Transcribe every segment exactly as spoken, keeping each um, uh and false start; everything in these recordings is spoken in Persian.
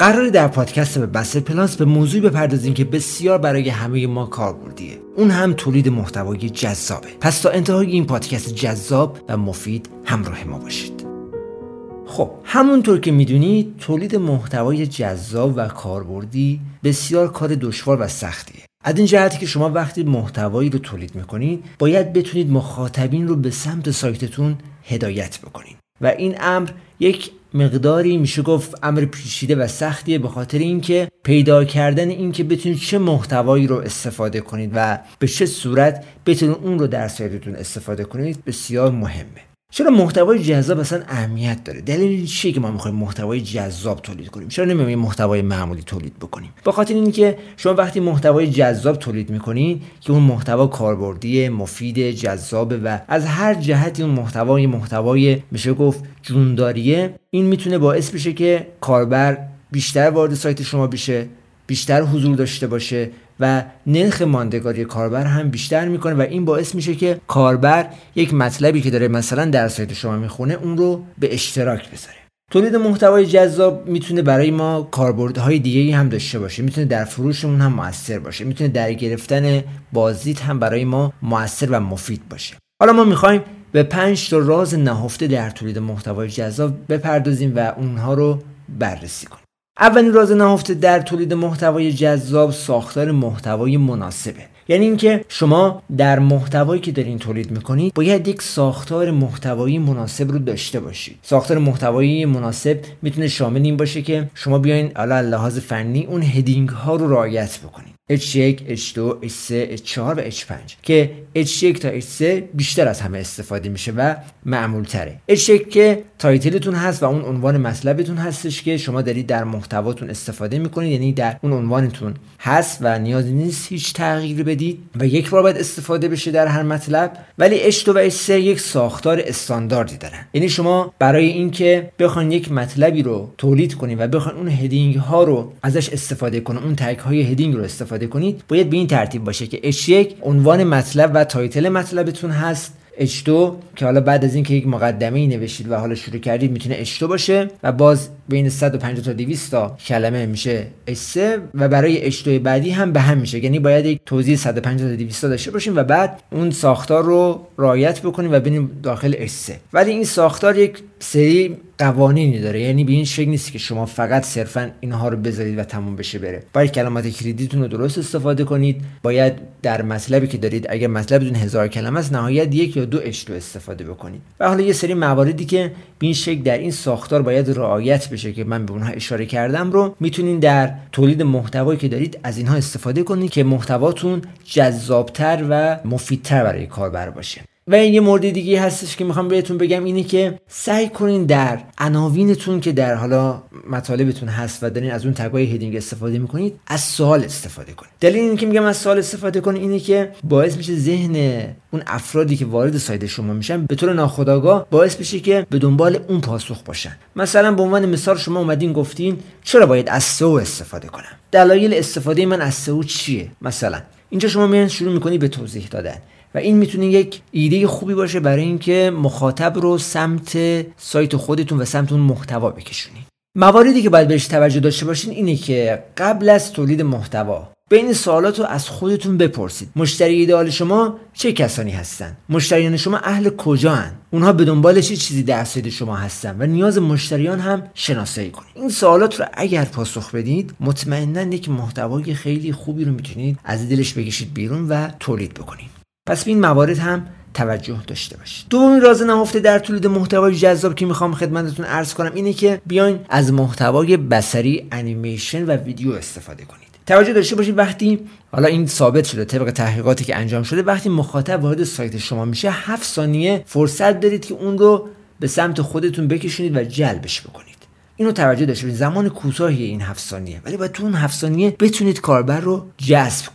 قراره در پادکست به بسل پلاس به موضوعی بپردازیم که بسیار برای همه ما کاربردیه. اون هم تولید محتوای جذابه. پس تا انتهای این پادکست جذاب و مفید همراه ما باشید. خب همونطور که میدونید تولید محتوای جذاب و کاربردی بسیار کار دشوار و سختیه. از این جهتی که شما وقتی محتوایی رو تولید میکنید باید بتونید مخاطبین رو به سمت سایتتون هدایت بکنید و این امر یک مقداری میشه گفت امر پیچیده و سختیه، به خاطر اینکه پیدا کردن اینکه بتونید چه محتوایی رو استفاده کنید و به چه صورت بتونید اون رو در سایتتون استفاده کنید بسیار مهمه. چرا محتوای جذاب اصلا اهمیت داره؟ دلیل چیه که ما میخوایم محتوای جذاب تولید کنیم؟ چرا نمیخوایم محتوای معمولی تولید بکنیم؟ به خاطر اینکه شما وقتی محتوای جذاب تولید میکنید که اون محتوا کاربردی، مفید، جذاب و از هر جهتی اون محتوای محتوای میشه گفت جونداریه، این میتونه باعث بشه که کاربر بیشتر وارد سایت شما بشه، بیشتر حضور داشته باشه و نرخ ماندگاری کاربر هم بیشتر میکنه و این باعث میشه که کاربر یک مطلبی که داره مثلا در سایت شما میخونه اون رو به اشتراک بذاره. تولید محتوای جذاب میتونه برای ما کاربردهای دیگه‌ای هم داشته باشه، میتونه در فروشمون هم موثر باشه، میتونه در گرفتن بازدید هم برای ما موثر و مفید باشه. حالا ما میخوایم به پنج تا راز نهفته در تولید محتوای جذاب بپردازیم و اونها رو بررسی کنیم. اولین راز نهفته در تولید محتوای جذاب ساختار محتوای مناسبه. یعنی اینکه شما در محتوایی که دارین تولید میکنید باید یک ساختار محتوایی مناسب رو داشته باشید. ساختار محتوایی مناسب میتونه شامل این باشه که شما بیاین علی لحاظ فنی اون هدینگ ها رو رعایت بکنید. اچ یک، اچ دو، اچ سه، اچ چهار و اچ پنج که اچ یک تا اچ سه بیشتر از همه استفاده میشه و معمول تره. اچ یک که تایتلتون هست و اون عنوان مطلبتون هستش که شما دارید در محتواتون استفاده میکنید، یعنی در اون عنوانتون هست و نیازی نیست هیچ تغییری بدید و یک بار باید استفاده بشه در هر مطلب. ولی اچ دو و اچ سه یک ساختار استانداردی دارن، یعنی شما برای اینکه بخواید یک مطلبی رو تولید کنید و بخواید اون هدینگ ها رو ازش استفاده کنید، اون تگ های هدینگ رو استفاده کنید، باید به این ترتیب باشه که اچ یک عنوان مطلب و تایتل مطلبتون هست، اچ دو که حالا بعد از اینکه یک مقدمه‌ای نوشتید و حالا شروع کردید میتونه اچ دو باشه و باز بین صد و پنجاه تا دویست تا کلمه میشه اچ سه و برای اچ دو بعدی هم به هم میشه، یعنی باید یک توضیح صد و پنجاه تا دویست تا داشته باشیم و بعد اون ساختار رو رعایت بکنیم و بریم داخل اچ سه. ولی این ساختار یک سری قوانینی داره، یعنی به این شکل نیست که شما فقط صرفا اینها رو بذارید و تموم بشه بره. باید کلمات کلیدیتون رو درست استفاده کنید. باید در مطلبی که دارید اگر مطلبتون هزار کلمه است نهایت یک یا دو اچ دو استفاده بکنید. و حالا یه سری مواردی که به این شکل در این ساختار باید رعایت بشه که من به اونها اشاره کردم رو میتونین در تولید محتوایی که دارید از اینها استفاده کنید که محتواتون جذابتر و مفیدتر برای کاربر باشه. و یه مورد دیگه هستش که میخوام بهتون بگم اینه که سعی کنین در عناوینتون که در حالا مطالبتون هست و دارین از اون تگ‌های هدینگ استفاده میکنید از سوال استفاده کنید. دلیل اینه که میگم از سوال استفاده کنید اینه که باعث میشه ذهن اون افرادی که وارد سایت شما میشن به طور ناخودآگاه باعث بشه که به دنبال اون پاسخ باشن. مثلا به عنوان مثال شما اومدین گفتین چرا باید از سئو استفاده کنم؟ دلایل استفاده من از سئو چیه؟ مثلا اینجا شما میان شروع میکنید به توضیح دادن و این میتونه یک ایده خوبی باشه برای اینکه مخاطب رو سمت سایت خودتون و سمت اون محتوا بکشونید. مواردی که باید بهش توجه داشته باشین اینه که قبل از تولید محتوا بین سوالات رو از خودتون بپرسید. مشتری ایدئال شما چه کسانی هستن؟ مشتریان شما اهل کجاان؟ اونها به دنبال چه چیزی در سایت شما هستن؟ و نیاز مشتریان هم شناسایی کنید. این سوالات رو اگر پاسخ بدید مطمئناً یک محتوای خیلی خوبی رو میتونید از دلش بکشید بیرون و تولید بکنید. پس به این موارد هم توجه داشته باشید. دومین راز نهفته در تولید محتوای جذاب که میخوام خدمتتون عرض کنم اینه که بیاین از محتوای بصری، انیمیشن و ویدیو استفاده کنید. توجه داشته باشید وقتی حالا این ثابت شده طبق تحقیقاتی که انجام شده وقتی مخاطب وارد سایت شما میشه هفت ثانیه فرصت دارید که اون رو به سمت خودتون بکشونید و جلبش بکنید. اینو توجه داشته باشید. زمان کوتاهی این هفت ثانیه ولی باید تو اون هفت ثانیه بتونید کاربر رو جذب کنید.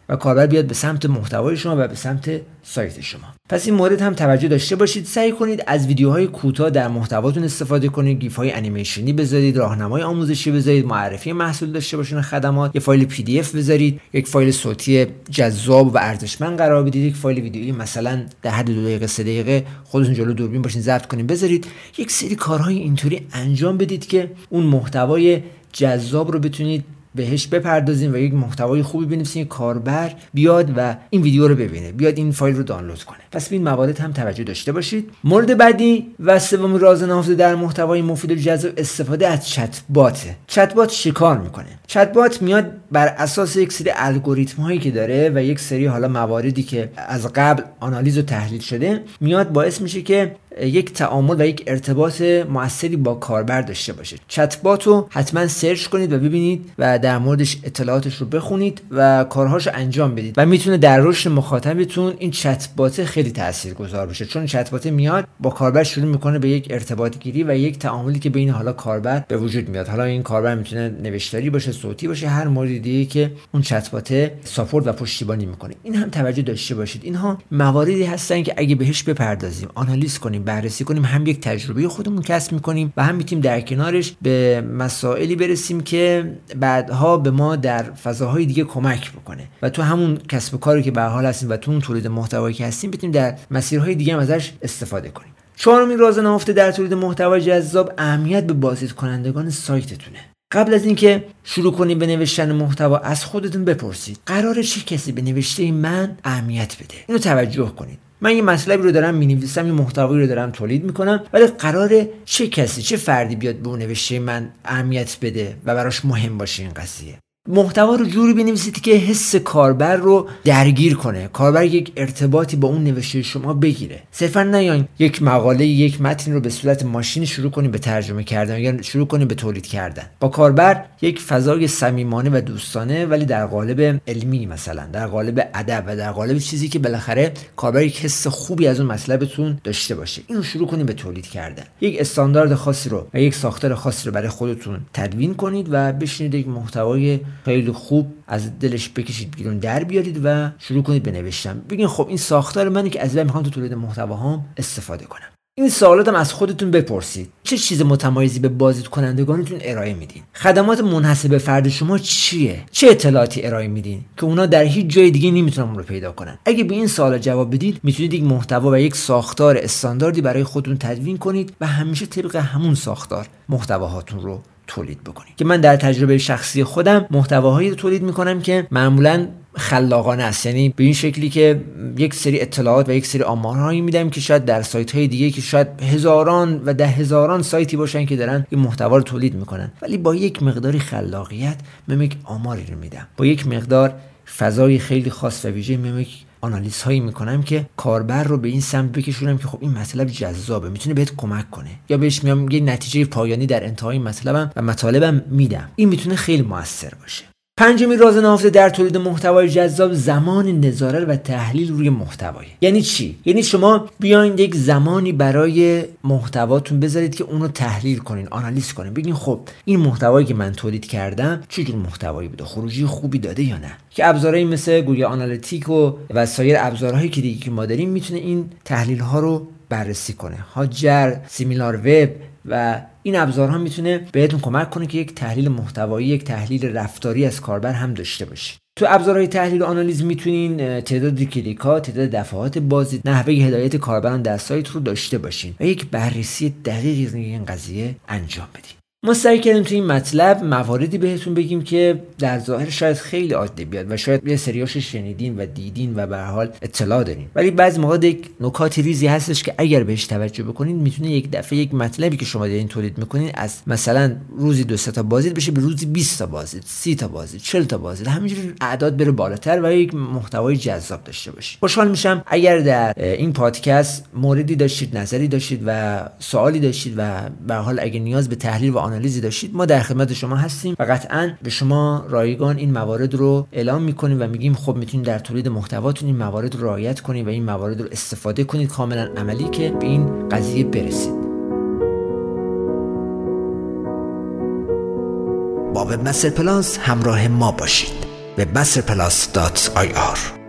و کاربر بیاد به سمت محتوای شما و به سمت سایت شما. پس این مورد هم توجه داشته باشید. سعی کنید از ویدیوهای کوتاه در محتواتون استفاده کنید، گیف های انیمیشنی بذارید، راهنمای آموزشی بذارید، معرفی محصول داشته باشین، خدمات، یه فایل پی دی اف بذارید، یک فایل صوتی جذاب و ارزشمند قرار بدید، یک فایل ویدیویی مثلا در حد دو دقیقه سه دقیقه خودتون جلو دوربین باشین ضبط کنین بذارید. یک سری کارهای اینطوری انجام بدید که اون محتوای جذاب رو بتونید بهش بپردازین و یک محتوای خوبی بنویسین، کاربر بیاد و این ویدیو رو ببینه، بیاد این فایل رو دانلود کنه. پس به این موارد هم توجه داشته باشید. مورد بعدی و سومین راز نهفته در محتوای مفید و جذاب استفاده از چت بات. چت بات چیکار میکنه؟ چت بات میاد بر اساس یک سری الگوریتم هایی که داره و یک سری حالا مواردی که از قبل آنالیز و تحلیل شده، میاد باعث میشه که یک تعامل و یک ارتباط مؤثری با کاربر داشته باشه. چت بات رو حتما سرچ کنید و ببینید و در موردش اطلاعاتش رو بخونید و کارهاشو انجام بدید و میتونه در رشد مخاطبتون این چت بات خیلی تاثیرگذار بشه، چون چت بات میاد با کاربر شروع میکنه به یک ارتباط گیری و یک تعاملی که بین حالا کاربر به وجود میاد. حالا این کاربر میتونه نوشتاری باشه، صوتی باشه، هر مورد دیگه‌ای که اون چت بات ساپورت و پشتیبانی میکنه. این هم توجه داشته باشید. اینها مواردی هستن که اگه بهش بپردازیم، آنالیز کنیم، بررسی کنیم، هم یک تجربه خودمون کسب میکنیم و هم میتونیم در کنارش به مسائلی برسیم که بعدها به ما در فضاهای دیگه کمک بکنه و تو همون کسب و کاری که به هر حال هستیم و تو اون تولید محتوایی که هستیم بتونیم در مسیرهای دیگه هم ازش استفاده کنیم. چهارمین راز نهفته در تولید محتوای جذاب اهمیت به بازدید کنندگان سایتتونه. قبل از اینکه شروع کنید به نوشتن محتوا از خودتون بپرسید قراره چه کسی به نوشته من اهمیت بده. اینو توجه کنید. من یه مطلبی رو دارم می‌نویسم، یه محتوایی رو دارم تولید میکنم، ولی قراره چه کسی، چه فردی بیاد به اون نوشته من اهمیت بده و براش مهم باشه این قضیه. محتوا رو جوری بنویسید که حس کاربر رو درگیر کنه، کاربر یک ارتباطی با اون نوشته شما بگیره. صرفا نیاین یک مقاله، یک متن رو به صورت ماشینی شروع کنید به ترجمه کردن یا شروع کنید به تولید کردن. با کاربر یک فضای صمیمانه و دوستانه ولی در قالب علمی، مثلا در قالب ادب و در قالب چیزی که بالاخره کاربر یک حس خوبی از اون مطلبتون داشته باشه، اینو شروع کنید به تولید کردن. یک استاندارد خاصی رو و یک ساختار خاصی رو برای خودتون تدوین کنید و بشینید یک محتوای خیلی خوب از دلش بکشید بیرون، در بیارید و شروع کنید به نوشتن. بگین خب این ساختار منه که از این میخوام تو تولید محتواهام استفاده کنم. این سوالات هم از خودتون بپرسید. چه چیز متمایزی به بازدید کنندگانتون ارائه میدین؟ خدمات منحصر به فرد شما چیه؟ چه اطلاعاتی ارائه میدین که اونا در هیچ جای دیگه نمیتونن اون رو پیدا کنن؟ اگه به این سوالا جواب بدید، میتونید یک محتوا و یک ساختار استانداردی برای خودتون تدوین کنید و همیشه طبق همون ساختار محتواهاتون رو تولید بکنید. که من در تجربه شخصی خودم محتواهایی رو تولید میکنم که معمولاً خلاقانه است، یعنی به این شکلی که یک سری اطلاعات و یک سری آمارهایی میدم که شاید در سایت های دیگه که شاید هزاران و ده هزاران سایتی باشن که دارن این محتوا رو تولید میکنن، ولی با یک مقداری خلاقیت من یک آماری رو میدم، با یک مقدار فضای خیلی خاص و ویژه من یک آنالیز هایی میکنم که کاربر رو به این سمت بکشونم که خب این مطلب جذابه، میتونه بهت کمک کنه، یا بهش میام یه نتیجه پایانی در انتهای مطلبم و مطالبم میدم. این میتونه خیلی موثر باشه. پنجمین راز نهفته در تولید محتوای جذاب زمان نظاره و تحلیل روی محتوای. یعنی چی؟ یعنی شما بیاین یک زمانی برای محتواتون بذارید که اونو تحلیل کنین، آنالیز کنین، بگین خب این محتوایی که من تولید کردم چه جور محتوایی بوده، خروجی خوبی داده یا نه. که ابزارهایی مثل گوگل آنالیتیک و و سایر ابزارهایی که دیگه که ما داریم میتونه این تحلیل ها رو بررسی کنه. هاجر، سیمیلار وب و این ابزارها میتونه بهتون کمک کنه که یک تحلیل محتوایی، یک تحلیل رفتاری از کاربر هم داشته باشید. تو ابزارهای تحلیل و آنالیز میتونین تعداد کلیک‌ها، تعداد دفعات بازدید، نحوه هدایت کاربران در سایت رو داشته باشین و یک بررسی دقیقی روی این قضیه انجام بدین. ما سعی کردیم تو این مطلب مواردی بهتون بگیم که در ظاهر شاید خیلی عادی بیاد و شاید یه سریاشو شنیدین و دیدین و به هر حال اطلاع دارین، ولی بعضی موقع یک نکات ریزی هستش که اگر بهش توجه بکنید میتونه یک دفعه یک مطلبی که شما دارین تولید میکنین از مثلا روزی دو سه تا بازدید بشه به روزی بیست تا بازدید، سی تا بازدید، چهل تا بازدید، همینجوری اعداد بره بالاتر و یک محتوای جذاب داشته باشید. خوشحال میشم اگر در این پادکست موردی داشتید، نظری داشتید و سوالی داشتید و به هر حال اگه نیاز به تحلیل و آنالیزی داشتید ما در خدمت شما هستیم و قطعاً به شما رایگان این موارد رو اعلام میکنیم و میگیم خب میتونید در تولید محتواتون این موارد رو رعایت کنید و این موارد رو استفاده کنید کاملا عملی که به این قضیه برسید. با وب مستر پلاس همراه ما باشید. به بستر پلاس دات آی آر.